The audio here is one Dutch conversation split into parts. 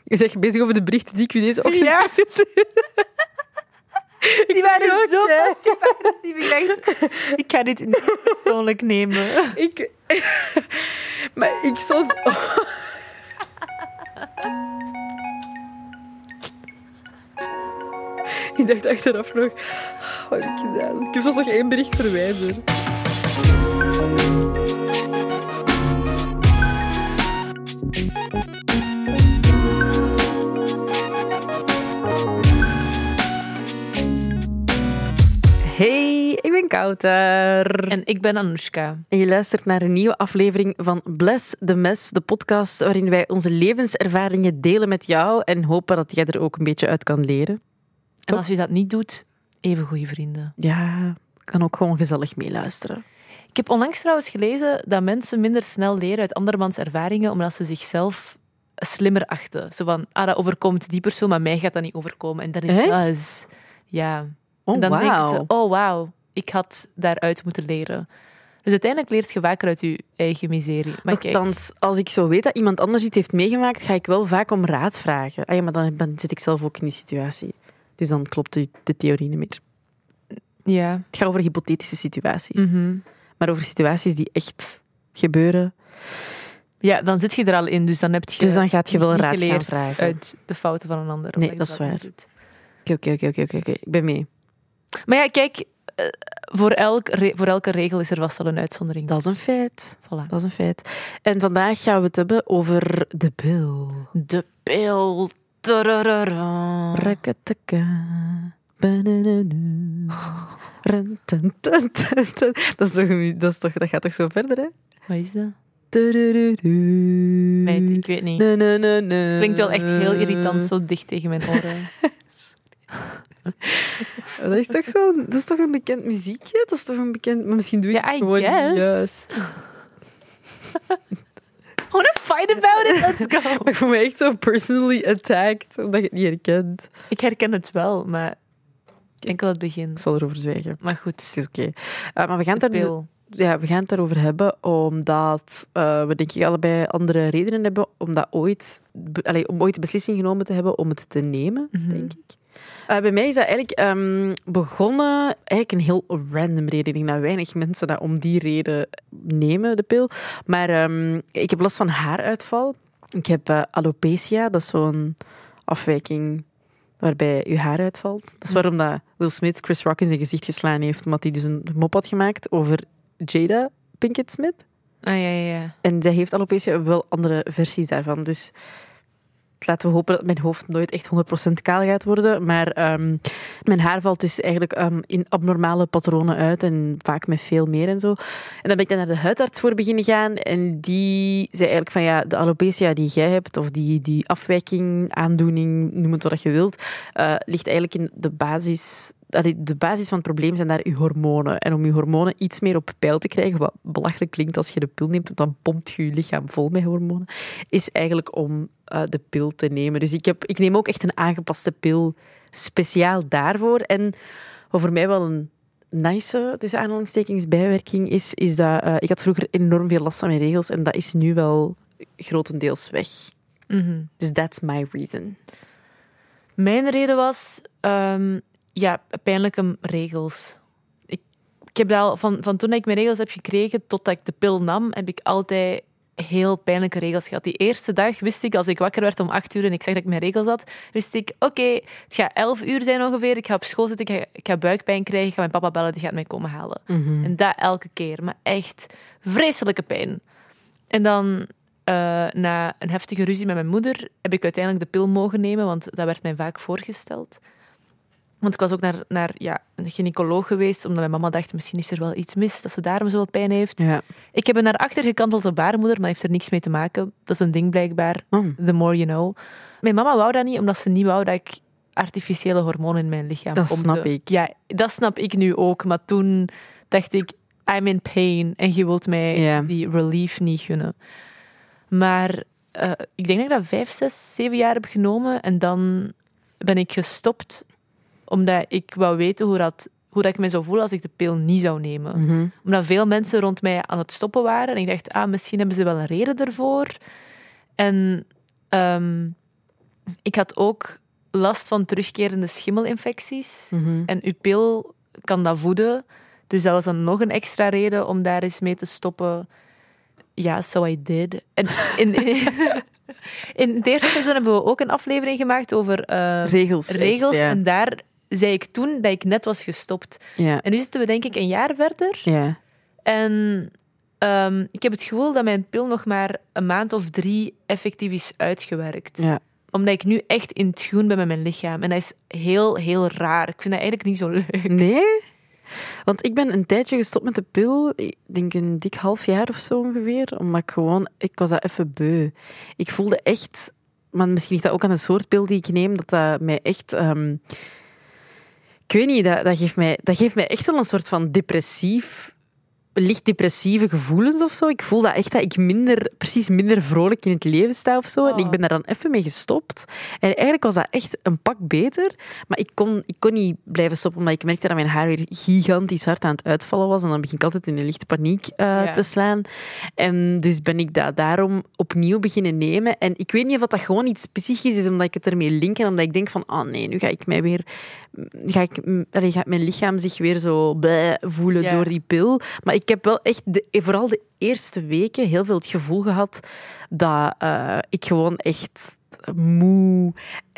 Je zegt bezig over de berichten die ik u deze ochtend Ja. heb gestuurd. Die waren zo passief-agressief. Ik dacht, ik ga dit niet persoonlijk nemen. Maar ik stond... Ik dacht achteraf nog... Wat heb ik gedaan? Ik heb zelfs nog 1 bericht verwijderd. Hey, ik ben Kouter. En ik ben Anoushka. En je luistert naar een nieuwe aflevering van Bless the Mess, de podcast waarin wij onze levenservaringen delen met jou en hopen dat jij er ook een beetje uit kan leren. En als je dat niet doet, even goede vrienden. Ja, kan ook gewoon gezellig meeluisteren. Ik heb onlangs trouwens gelezen dat mensen minder snel leren uit andermans ervaringen, omdat ze zichzelf slimmer achten. Zo van, dat overkomt die persoon, maar mij gaat dat niet overkomen. En dan is ja. En dan denken ze, wauw, ik had daaruit moeten leren. Dus uiteindelijk leert je vaker uit je eigen miserie. Maar nochtans, als ik zo weet dat iemand anders iets heeft meegemaakt, ga ik wel vaak om raad vragen. Ah ja, maar dan zit ik zelf ook in die situatie. Dus dan klopt de theorie niet meer. Ja. Het gaat over hypothetische situaties. Mm-hmm. Maar over situaties die echt gebeuren... Ja, dan zit je er al in, dus dan heb je... Dus dan gaat je wel raad gaan geleerd vragen. Uit de fouten van een ander. Nee, dat is waar. Oké, ik ben mee. Maar ja, kijk, voor elke regel is er vast al een uitzondering. Dat is een feit. Voilà. Dat is een feit. En vandaag gaan we het hebben over de pil. De pil. Rakataka. Dat gaat toch zo verder, hè? Wat is dat? Meid, ik weet niet. Het klinkt wel echt heel irritant, zo dicht tegen mijn oren. Dat is toch een bekend muziekje? Dat is toch een bekend... Maar misschien doe je het gewoon guess. juist. I wanna fight about it, let's go. Maar ik voel me echt zo personally attacked, omdat je het niet herkent. Ik herken het wel, maar enkel het begin. Ik zal erover zwijgen. Maar goed. Het is oké. Maar we gaan het daarover hebben, omdat we denk ik allebei andere redenen hebben om ooit de beslissing genomen te hebben om het te nemen, denk ik. Bij mij is dat eigenlijk begonnen, een heel random reden. Ik denk dat weinig mensen dat om die reden nemen, de pil. Maar ik heb last van haaruitval. Ik heb alopecia, dat is zo'n afwijking waarbij je haar uitvalt. Dat is waarom dat Will Smith Chris Rock in zijn gezicht geslaan heeft, omdat hij dus een mop had gemaakt over Jada Pinkett Smith. Ja. En zij heeft alopecia, wel andere versies daarvan. Dus laten we hopen dat mijn hoofd nooit echt 100% kaal gaat worden. Maar mijn haar valt dus eigenlijk in abnormale patronen uit en vaak met veel meer en zo. En dan ben ik dan naar de huidarts voor beginnen gaan. En die zei eigenlijk van ja, de alopecia die jij hebt, of die afwijking, aandoening, noem het wat je wilt, ligt eigenlijk in de basis... De basis van het probleem zijn daar je hormonen. En om je hormonen iets meer op peil te krijgen, wat belachelijk klinkt als je de pil neemt, dan pompt je lichaam vol met hormonen, is eigenlijk om de pil te nemen. Dus ik neem ook echt een aangepaste pil speciaal daarvoor. En wat voor mij wel een nice, tussen aanhalingstekens, bijwerking is dat ik had vroeger enorm veel last van mijn regels en dat is nu wel grotendeels weg. Mm-hmm. Dus that's my reason. Mijn reden was... pijnlijke regels. Ik heb dat al van toen ik mijn regels heb gekregen totdat ik de pil nam, heb ik altijd heel pijnlijke regels gehad. Die eerste dag wist ik, als ik wakker werd om 8 uur en ik zag dat ik mijn regels had, wist ik, oké, het gaat 11 uur zijn ongeveer, ik ga op school zitten, ik ga buikpijn krijgen, ik ga mijn papa bellen, die gaat mij komen halen. Mm-hmm. En dat elke keer, maar echt vreselijke pijn. En dan... na een heftige ruzie met mijn moeder heb ik uiteindelijk de pil mogen nemen, want dat werd mij vaak voorgesteld. Want ik was ook naar een gynaecoloog geweest, omdat mijn mama dacht, misschien is er wel iets mis, dat ze daarom zoveel pijn heeft. Ja. Ik heb een naar achter gekantelde baarmoeder, maar heeft er niks mee te maken. Dat is een ding blijkbaar. The more you know. Mijn mama wou dat niet, omdat ze niet wou dat ik artificiële hormonen in mijn lichaam Dat pompte. snap ik. Ja, dat snap ik nu ook. Maar toen dacht ik, I'm in pain en je wilt mij die relief niet gunnen. Maar ik denk dat ik dat 5, 6, 7 jaar heb genomen en dan ben ik gestopt omdat ik wou weten hoe dat ik me zou voelen als ik de pil niet zou nemen. Mm-hmm. Omdat veel mensen rond mij aan het stoppen waren. En ik dacht, misschien hebben ze wel een reden ervoor. En Ik had ook last van terugkerende schimmelinfecties. En uw pil kan dat voeden. Dus dat was dan nog een extra reden om daar eens mee te stoppen. Ja, so I did. En in het eerste seizoen hebben we ook een aflevering gemaakt over regels. Echt, ja. En daar zei ik toen dat ik net was gestopt. Ja. En nu zitten we denk ik een jaar verder. Ja. En ik heb het gevoel dat mijn pil nog maar een maand of 3 effectief is uitgewerkt. Ja. Omdat ik nu echt in tune ben met mijn lichaam. En dat is heel, heel raar. Ik vind dat eigenlijk niet zo leuk. Nee? Want ik ben een tijdje gestopt met de pil. Ik denk een dik half jaar of zo ongeveer. Omdat ik was dat even beu. Ik voelde echt... Maar misschien is dat ook aan de soort pil die ik neem, dat mij echt... ik weet niet, dat geeft mij echt wel een soort van licht depressieve gevoelens of zo. Ik voel dat echt dat ik minder vrolijk in het leven sta of zo. En ik ben daar dan even mee gestopt. En eigenlijk was dat echt een pak beter. Maar ik kon niet blijven stoppen, omdat ik merkte dat mijn haar weer gigantisch hard aan het uitvallen was. En dan begin ik altijd in een lichte paniek te slaan. En dus ben ik dat daarom opnieuw beginnen nemen. En ik weet niet of dat gewoon iets psychisch is, omdat ik het ermee link en omdat ik denk van, nee, nu gaat mijn lichaam zich weer zo voelen door die pil. Maar ik heb wel echt, vooral de eerste weken, heel veel het gevoel gehad dat ik gewoon echt moe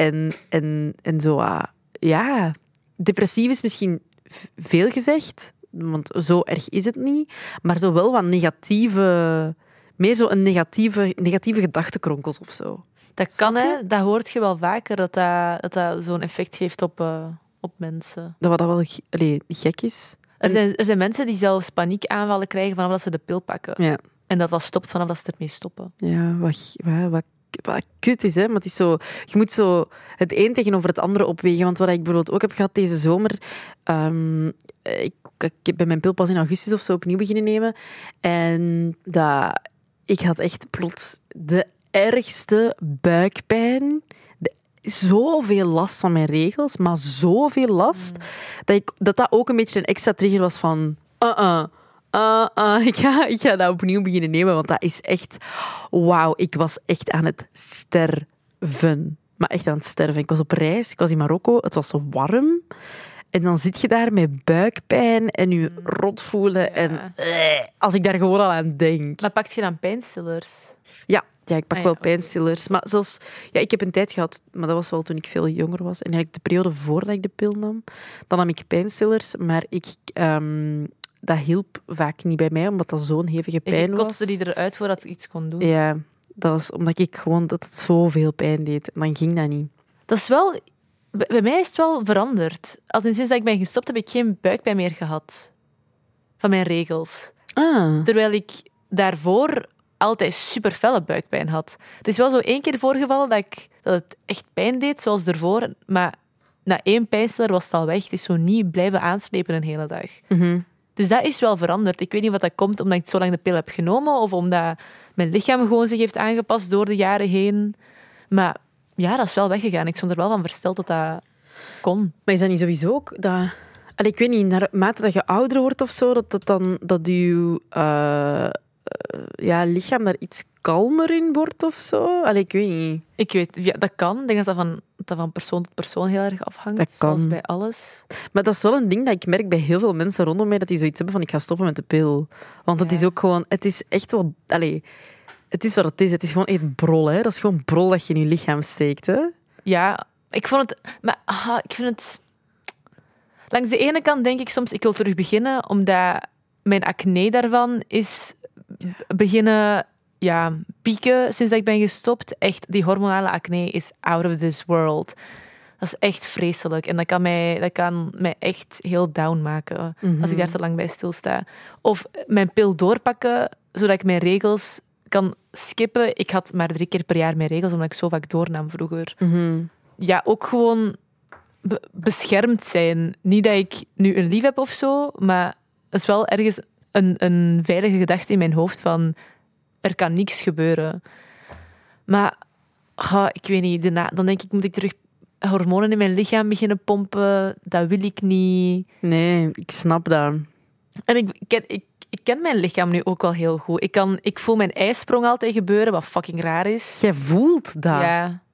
en zo... depressief is misschien veel gezegd, want zo erg is het niet. Maar zo wel wat negatieve... Meer zo een negatieve gedachtenkronkels of zo. Dat kan, hè. Dat hoort je wel vaker, dat zo'n effect geeft op mensen. Dat wel gek is. Er zijn mensen die zelfs paniekaanvallen krijgen vanaf dat ze de pil pakken. Ja. En dat stopt vanaf dat ze ermee stoppen. Ja, wat kut is, hè. Maar het is zo... Je moet zo het een tegenover het andere opwegen. Want wat ik bijvoorbeeld ook heb gehad deze zomer... Ik ben mijn pil pas in augustus of zo opnieuw beginnen nemen. En ik had echt plots de ergste buikpijn... Zoveel last van mijn regels, maar zoveel last, dat ook een beetje een extra trigger was van... Ik ga dat opnieuw beginnen nemen, want dat is echt... Wauw, ik was echt aan het sterven. Maar echt aan het sterven. Ik was op reis, ik was in Marokko, het was zo warm. En dan zit je daar met buikpijn en je rot voelen. En als ik daar gewoon al aan denk... Maar pakt je dan pijnstillers? Ja, ik pak wel pijnstillers. Maar zelfs... Ja, ik heb een tijd gehad, maar dat was wel toen ik veel jonger was. En eigenlijk de periode voordat ik de pil nam, dan nam ik pijnstillers. Maar dat hielp vaak niet bij mij, omdat dat zo'n hevige pijn was. Ik kotste die eruit voordat ik iets kon doen. Ja, dat was omdat dat het zoveel pijn deed. En dan ging dat niet. Dat is wel... Bij mij is het wel veranderd. Sinds dat ik ben gestopt, heb ik geen buikpijn meer gehad. Van mijn regels. Terwijl ik daarvoor altijd super felle buikpijn had. Het is wel zo 1 keer voorgevallen dat het echt pijn deed, zoals ervoor. Maar na 1 pijnstiller was het al weg. Het is zo niet blijven aanslepen een hele dag. Mm-hmm. Dus dat is wel veranderd. Ik weet niet wat dat komt omdat ik zo lang de pil heb genomen of omdat mijn lichaam gewoon zich heeft aangepast door de jaren heen. Maar ja, dat is wel weggegaan. Ik stond er wel van versteld dat dat kon. Maar is dat niet sowieso ook dat... ik weet niet, naarmate dat je ouder wordt of zo, dat je lichaam daar iets kalmer in wordt of zo? Ik weet niet. Ik weet, dat kan. Ik denk dat van persoon tot persoon heel erg afhangt. Dat kan. Zoals bij alles. Maar dat is wel een ding dat ik merk bij heel veel mensen rondom mij, dat die zoiets hebben van ik ga stoppen met de pil. Want het is ook gewoon... Het is echt wel... Het is wat het is. Het is gewoon echt brol, hè. Dat is gewoon brol dat je in je lichaam steekt, hè. Ja, ik vond het... Maar ik vind het... Langs de ene kant denk ik soms, ik wil terug beginnen, omdat mijn acne daarvan is beginnen pieken sinds dat ik ben gestopt. Echt, die hormonale acne is out of this world. Dat is echt vreselijk. En dat kan mij echt heel down maken als ik daar te lang bij stilsta. Of mijn pil doorpakken, zodat ik mijn regels kan skippen. Ik had maar 3 keer per jaar mijn regels, omdat ik zo vaak doornam vroeger. Mm-hmm. Ja, ook gewoon beschermd zijn. Niet dat ik nu een lief heb of zo, maar het is wel ergens een veilige gedachte in mijn hoofd van er kan niks gebeuren. Maar ik weet niet, dan denk ik, moet ik terug hormonen in mijn lichaam beginnen pompen? Dat wil ik niet. Nee, ik snap dat. En ik ken mijn lichaam nu ook wel heel goed. Ik voel mijn ijsprong altijd gebeuren, wat fucking raar is. Jij voelt dat? Ja.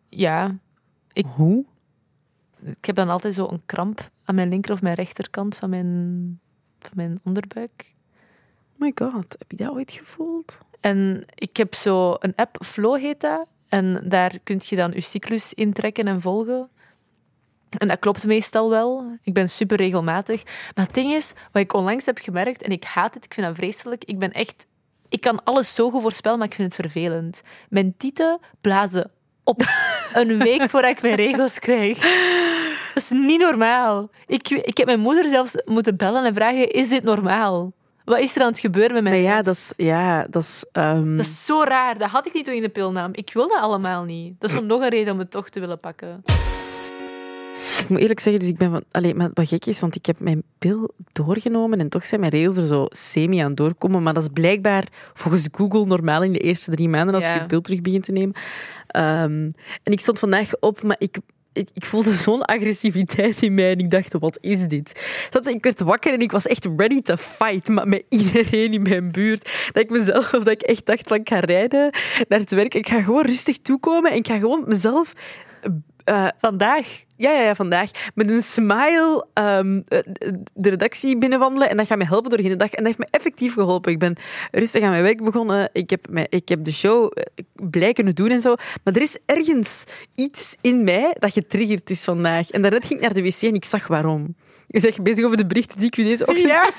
Ja. Hoe? Ik heb dan altijd zo een kramp aan mijn linker of mijn rechterkant van mijn onderbuik. Oh my god, heb je dat ooit gevoeld? En ik heb zo een app, Flow heet dat. En daar kun je dan je cyclus intrekken en volgen. En dat klopt meestal wel. Ik ben super regelmatig. Maar het ding is, wat ik onlangs heb gemerkt, en ik haat het, ik vind dat vreselijk, ik kan alles zo goed voorspellen, maar ik vind het vervelend. Mijn tieten blazen op een week voordat ik mijn regels krijg. Dat is niet normaal. Ik heb mijn moeder zelfs moeten bellen en vragen, is dit normaal? Wat is er aan het gebeuren met mij? Maar dat is... Dat is zo raar. Dat had ik niet toen ik de pil nam. Ik wil dat allemaal niet. Dat is nog een reden om het toch te willen pakken. Ik moet eerlijk zeggen, dus ik ben maar wat gek is, want ik heb mijn pil doorgenomen en toch zijn mijn regels er zo semi aan doorkomen. Maar dat is blijkbaar volgens Google normaal in de eerste 3 maanden als je je pil terug begint te nemen. En ik stond vandaag op, maar ik voelde zo'n agressiviteit in mij en ik dacht, wat is dit? Ik werd wakker en ik was echt ready to fight, maar met iedereen in mijn buurt. Dat ik echt dacht, van, ik ga rijden naar het werk. Ik ga gewoon rustig toekomen en ik ga gewoon mezelf... Vandaag? Ja, vandaag. Met een smile de redactie binnenwandelen en dat gaat me helpen doorheen de dag. En dat heeft me effectief geholpen. Ik ben rustig aan mijn werk begonnen. Ik heb de show blij kunnen doen en zo. Maar er is ergens iets in mij dat getriggerd is vandaag. En daarnet ging ik naar de wc en ik zag waarom. Je bent bezig over de berichten die ik u deze ochtend... Ja.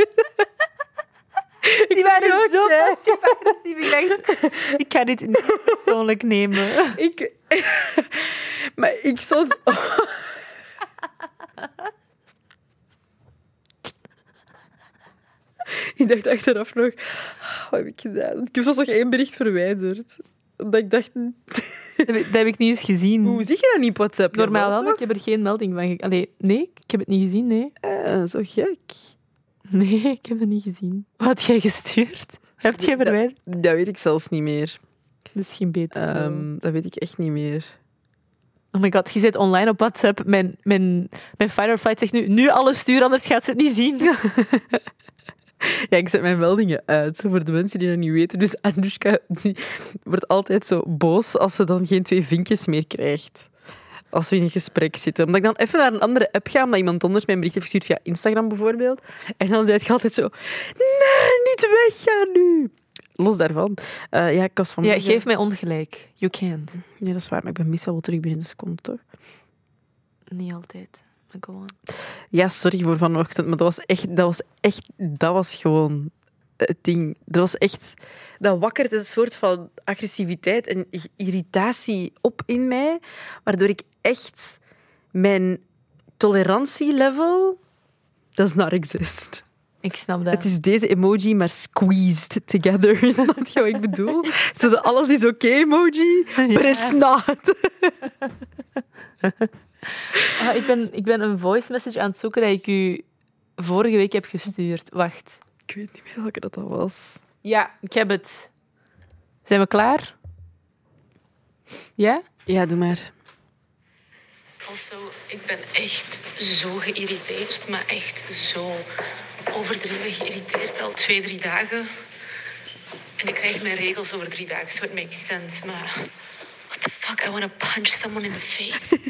Die waren zo passief-agressief. Ik dacht, ik ga dit niet persoonlijk nemen. Maar ik stond... Ik dacht achteraf nog... Wat heb ik gedaan? Ik heb zelfs nog 1 bericht verwijderd. Omdat ik dacht... Dat heb ik niet eens gezien. Hoe zie je dat niet op WhatsApp? Normaal wel, maar ik heb er geen melding van. Nee, ik heb het niet gezien, nee. Zo gek. Nee, ik heb het niet gezien. Wat had jij gestuurd? Heb jij verwijderd? Dat weet ik zelfs niet meer. Misschien beter. Dat weet ik echt niet meer. Oh my god, je zit online op WhatsApp. Mijn fight or flight zegt nu alles sturen, anders gaat ze het niet zien. Ja, ik zet mijn meldingen uit, voor de mensen die dat niet weten. Dus Anoushka wordt altijd zo boos als ze dan geen 2 vinkjes meer krijgt. Als we in een gesprek zitten. Omdat ik dan even naar een andere app ga, omdat iemand anders mij een bericht heeft gestuurd via Instagram bijvoorbeeld. En dan zeg je altijd zo... Nee, niet weggaan nu! Los daarvan. Ik was van... Ja, geef mij ongelijk. You can't. Ja, dat is waar, maar ik ben meestal wel terug binnen de seconde, toch? Niet altijd. Maar go on. Ja, sorry voor vanochtend, maar dat was gewoon het ding. Dat wakkert een soort van agressiviteit en irritatie op in mij, waardoor ik echt mijn tolerantielevel does not exist. Ik snap dat. Het is deze emoji, maar squeezed together. Snap je wat ik bedoel? Zo de alles is oké emoji, but it's not. Ik ben een voice message aan het zoeken dat ik u vorige week heb gestuurd. Wacht. Ik weet niet meer welke dat was. Ja, ik heb het. Zijn we klaar? Ja? Ja, doe maar. Also, ik ben echt zo geïrriteerd, maar echt zo overdreven geïrriteerd al 2-3 dagen. En ik krijg mijn regels over 3 dagen, so it makes sense. Maar what the fuck, I want to punch someone in the face.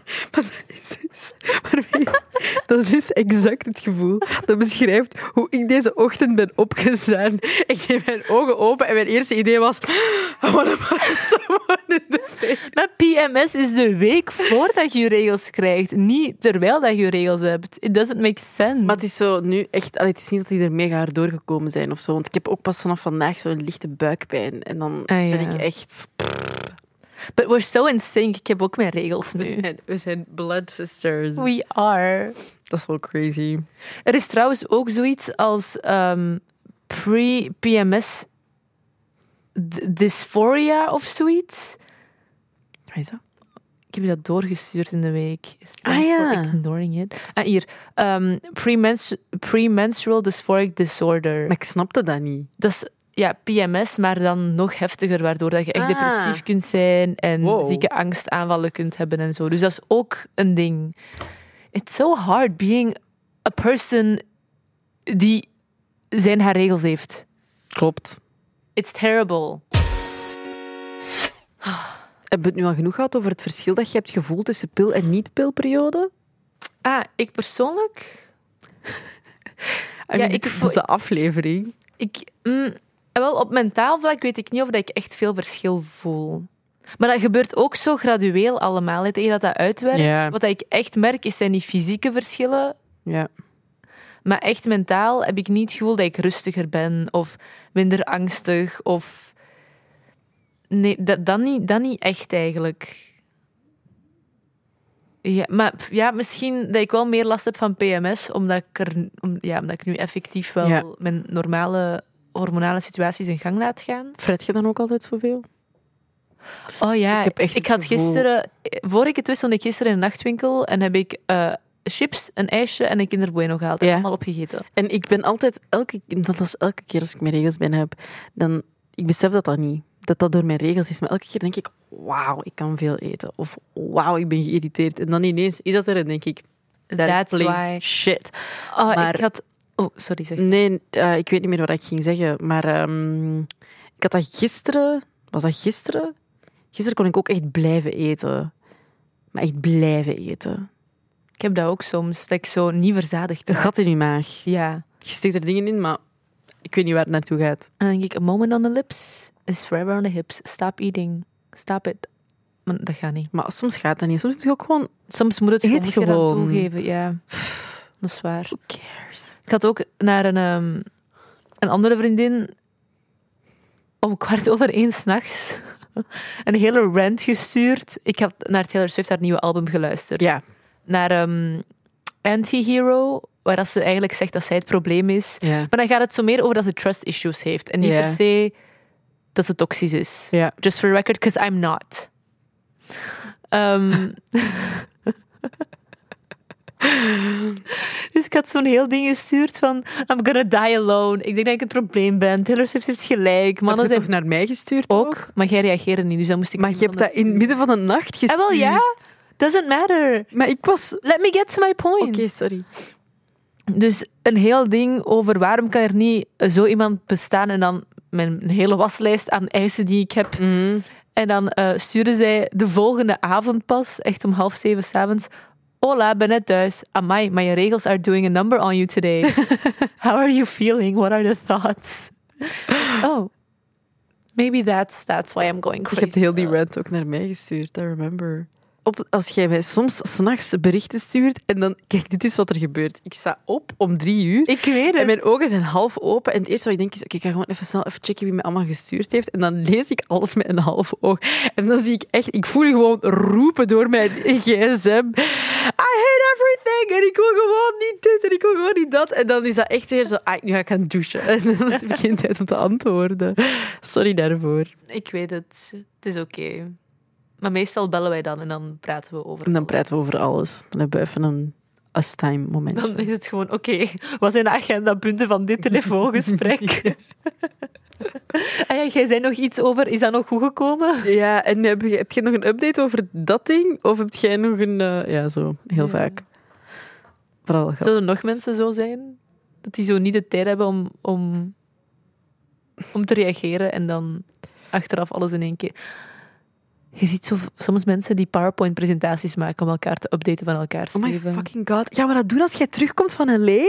Dat is dus exact het gevoel dat beschrijft hoe ik deze ochtend ben opgestaan. Ik deed mijn ogen open en mijn eerste idee was... I want to punch someone in the face. Maar PMS is de week voordat je regels krijgt, niet terwijl dat je regels hebt. It doesn't make sense. Maar het is zo nu echt... Het is niet dat die er mega hard doorgekomen zijn of zo. Want ik heb ook pas vanaf vandaag zo'n lichte buikpijn. En dan ben ik echt... But we're so in sync. Ik heb ook mijn regels nu. We zijn blood sisters. We are. Dat is wel crazy. Er is trouwens ook zoiets als pre-PMS dysphoria of zoiets. Wat is dat? Ik heb je dat doorgestuurd in de week. Thanks for ignoring it. Hier. Premenstrual dysphoric disorder. Maar ik snapte dat niet. Dat is... Ja, PMS, maar dan nog heftiger, waardoor dat je echt depressief kunt zijn en zieke angstaanvallen kunt hebben en zo. Dus dat is ook een ding. It's so hard being a person die haar regels heeft. Klopt. It's terrible. Hebben we het nu al genoeg gehad over het verschil dat je hebt gevoeld tussen pil- en niet-pilperiode? Ik persoonlijk... Dat is de aflevering. Wel, op mentaal vlak weet ik niet of dat ik echt veel verschil voel. Maar dat gebeurt ook zo gradueel allemaal, hè, tegen dat uitwerkt. Ja. Wat ik echt merk, zijn die fysieke verschillen. Ja. Maar echt mentaal heb ik niet het gevoel dat ik rustiger ben of minder angstig. Of... Nee, dat niet echt eigenlijk. Ja, maar ja, misschien dat ik wel meer last heb van PMS, omdat ik nu effectief wel mijn normale hormonale situaties in gang laat gaan. Fret je dan ook altijd zoveel? Oh ja, ik had gisteren... Voor ik het wist, stond ik gisteren in een nachtwinkel en heb ik chips, een ijsje en een Kinder Bueno gehaald. En allemaal opgegeten. En ik ben altijd... Elke keer als ik mijn regels bijna heb, dan... Ik besef dat niet. Dat door mijn regels is. Maar elke keer denk ik, wauw, ik kan veel eten. Of wauw, ik ben geïrriteerd. En dan ineens is dat er en denk ik, that's why. Shit. Maar ik had... Oh, sorry, zeg. Nee, ik weet niet meer wat ik ging zeggen. Maar ik had dat gisteren... Was dat gisteren? Gisteren kon ik ook echt blijven eten. Maar echt blijven eten. Ik heb dat ook soms, dat ik zo niet verzadigd ben. Een gat in je maag. Ja. Je steekt er dingen in, maar ik weet niet waar het naartoe gaat. En dan denk ik, a moment on the lips is forever on the hips. Stop eating. Stop it. Maar dat gaat niet. Maar soms gaat dat niet. Soms moet je ook gewoon... Soms moet het Eet gewoon, moet je gewoon. dat toegeven. Ja, dat is waar. Who cares? Ik had ook naar een andere vriendin om 1:15 s'nachts een hele rant gestuurd. Ik had naar Taylor Swift haar nieuwe album geluisterd. Ja. Naar Anti-Hero, waar ze eigenlijk zegt dat zij het probleem is. Ja. Maar dan gaat het zo meer over dat ze trust issues heeft. En niet per se dat ze toxisch is. Ja. Just for the record, because I'm not. Dus ik had zo'n heel ding gestuurd van I'm gonna die alone. Ik denk dat ik het probleem ben. Taylor Swift heeft gelijk. Mannen Mannen zijn zijn toch naar mij gestuurd ook. Maar jij reageerde niet, dus dan moest ik... Maar je hebt dat in het midden van de nacht gestuurd. Wel ja, doesn't matter. Maar ik was... Let me get to my point. Oké, sorry. Dus een heel ding over waarom kan er niet zo iemand bestaan en dan mijn hele waslijst aan eisen die ik heb. Mm. En dan stuurde zij de volgende avond pas, echt om 6:30 s'avonds. Hola, ben net thuis. Amai, my regels are doing a number on you today. How are you feeling? What are the thoughts? Oh, maybe that's why I'm going crazy. Je hebt heel die rant ook naar mij gestuurd, I remember. Als jij mij soms 's nachts berichten stuurt en dan... Kijk, dit is wat er gebeurt. Ik sta op om 3 uur. Ik weet het. En mijn ogen zijn half open. En het eerste wat ik denk is... Oké, ik ga gewoon even snel checken wie mij allemaal gestuurd heeft. En dan lees ik alles met een half oog. En dan zie ik echt... Ik voel gewoon roepen door mijn gsm. I hate everything. En ik wil gewoon niet dit. En ik wil gewoon niet dat. En dan is dat echt weer zo... nu ga ik gaan douchen. En dan heb ik geen tijd om te antwoorden. Sorry daarvoor. Ik weet het. Het is oké. Maar meestal bellen wij dan en dan praten we over En dan alles. praten we over alles. Dan hebben we even een us-time momentje. Dan is het gewoon, oké, wat zijn de agendapunten van dit telefoongesprek? Jij zei nog iets over, is dat nog goed gekomen? Ja, en heb je nog een update over dat ding? Of heb jij nog een... ja, zo, heel vaak. Vooral Zullen er nog mensen zo zijn? Dat die zo niet de tijd hebben om te reageren en dan achteraf alles in één keer... Je ziet soms mensen die PowerPoint-presentaties maken om elkaar te updaten van elkaar. Oh my fucking god. Ja, maar dat doen als jij terugkomt van L.A.?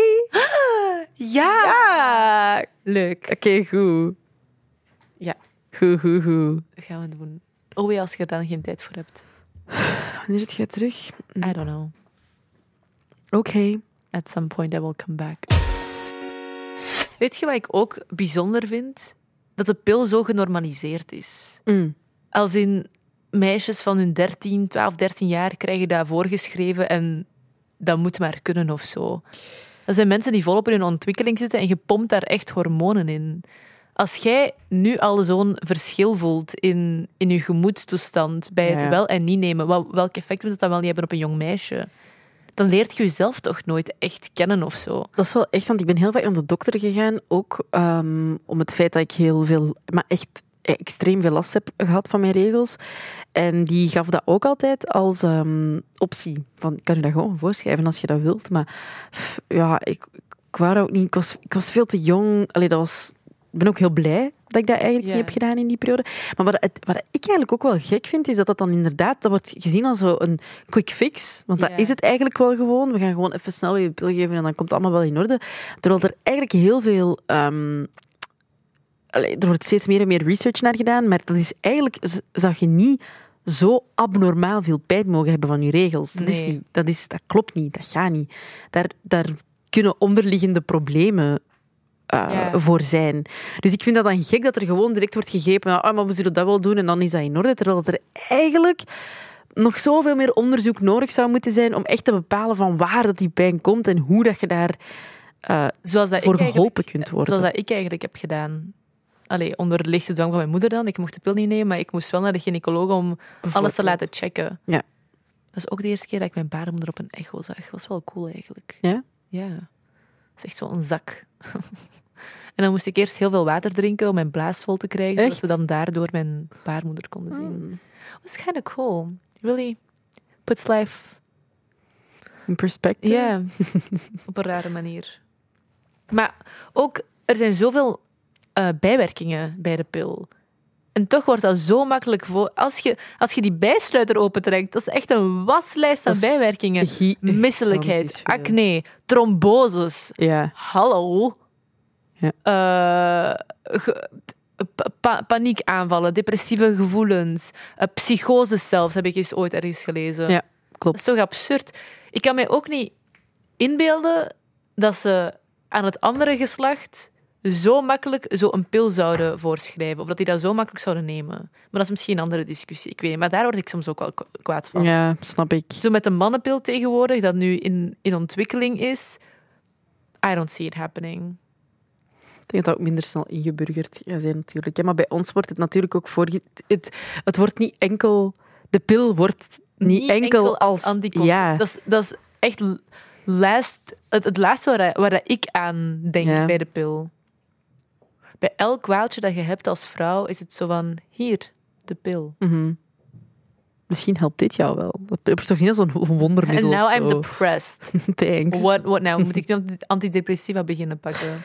Ja! Leuk. Oké, goed. Ja. Goed. Dat gaan we doen. Oh ja, als je er dan geen tijd voor hebt. Wanneer zit jij terug? I don't know. Oké. At some point I will come back. Weet je wat ik ook bijzonder vind? Dat de pil zo genormaliseerd is. Als in meisjes van hun 12, 13 jaar krijgen dat voorgeschreven en dat moet maar kunnen of zo. Dat zijn mensen die volop in hun ontwikkeling zitten en je pompt daar echt hormonen in. Als jij nu al zo'n verschil voelt in je gemoedstoestand bij het wel en niet nemen, welk effect moet het dan wel niet hebben op een jong meisje? Dan leert je jezelf toch nooit echt kennen of zo. Dat is wel echt, want ik ben heel vaak naar de dokter gegaan, ook om het feit dat ik heel veel, maar echt extreem veel last heb gehad van mijn regels. En die gaf dat ook altijd als optie. Van, ik kan je dat gewoon voorschrijven als je dat wilt. Maar ja, ik wou ook niet. Ik was veel te jong. Allee, dat was ik ben ook heel blij dat ik dat eigenlijk niet heb gedaan in die periode. Maar wat ik eigenlijk ook wel gek vind, is dat dan inderdaad, dat wordt gezien als een quick fix. Want dat is het eigenlijk wel gewoon. We gaan gewoon even snel je pil geven en dan komt het allemaal wel in orde. Terwijl er eigenlijk heel veel... er wordt steeds meer en meer research naar gedaan, maar dat is eigenlijk... Zou je niet zo abnormaal veel pijn mogen hebben van je regels. Dat is niet. Dat klopt niet. Dat gaat niet. Daar kunnen onderliggende problemen voor zijn. Dus ik vind dat dan gek dat er gewoon direct wordt gegrepen. Maar we zullen dat wel doen en dan is dat in orde. Terwijl er eigenlijk nog zoveel meer onderzoek nodig zou moeten zijn om echt te bepalen van waar dat die pijn komt en hoe dat je daar voor geholpen kunt worden. Zoals dat ik eigenlijk heb gedaan. Onder lichte dwang van mijn moeder dan. Ik mocht de pil niet nemen, maar ik moest wel naar de gynaecoloog om alles te laten checken. Ja. Dat is ook de eerste keer dat ik mijn baarmoeder op een echo zag. Dat was wel cool eigenlijk. Ja? Ja. Dat is echt zo'n zak. En dan moest ik eerst heel veel water drinken om mijn blaas vol te krijgen, zodat ze dan daardoor mijn baarmoeder konden zien. Dat was kind of cool. Really puts life in perspective. Ja, op een rare manier. Maar ook, er zijn zoveel bijwerkingen bij de pil. En toch wordt dat zo makkelijk voor... Als je die bijsluiter opentrekt, dat is echt een waslijst aan bijwerkingen. Misselijkheid, acne, tromboses. Ja. Hallo. Ja. Paniekaanvallen, depressieve gevoelens, psychoses zelfs, heb ik eens ooit ergens gelezen. Ja, klopt. Dat is toch absurd? Ik kan mij ook niet inbeelden dat ze aan het andere geslacht zo makkelijk zo een pil zouden voorschrijven. Of dat die dat zo makkelijk zouden nemen. Maar dat is misschien een andere discussie. Ik weet niet, maar daar word ik soms ook wel kwaad van. Ja, snap ik. Zo met de mannenpil tegenwoordig, dat nu in ontwikkeling is, I don't see it happening. Ik denk dat dat ook minder snel ingeburgerd gaat zijn natuurlijk. Ja, maar bij ons wordt het natuurlijk ook het wordt niet enkel... De pil wordt niet enkel als anticonceptie. Ja. Dat is echt het laatste waar ik aan denk bij de pil. Bij elk kwaaltje dat je hebt als vrouw is het zo van, hier, de pil. Mm-hmm. Misschien helpt dit jou wel. Dat is toch niet als een wondermiddel. And now I'm depressed. Thanks. What now? Moet ik nu antidepressiva beginnen pakken?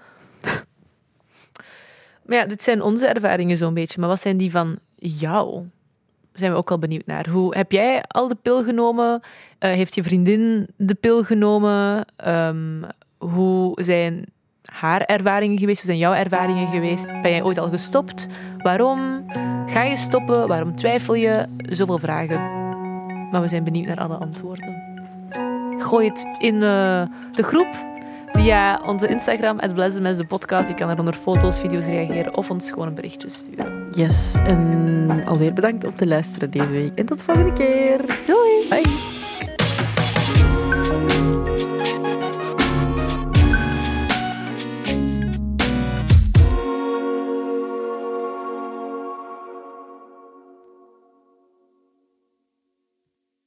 Maar ja, dit zijn onze ervaringen zo'n beetje. Maar wat zijn die van jou? Zijn we ook al benieuwd naar. Hoe heb jij al de pil genomen? Heeft je vriendin de pil genomen? Hoe zijn haar ervaringen geweest? Hoe zijn jouw ervaringen geweest? Ben jij ooit al gestopt? Waarom? Ga je stoppen? Waarom twijfel je? Zoveel vragen. Maar we zijn benieuwd naar alle antwoorden. Gooi het in de groep via onze Instagram, @blessedmensdepodcast. Je kan er onder foto's, video's reageren of ons gewoon een berichtje sturen. Yes, en alweer bedankt om te luisteren deze week. En tot de volgende keer.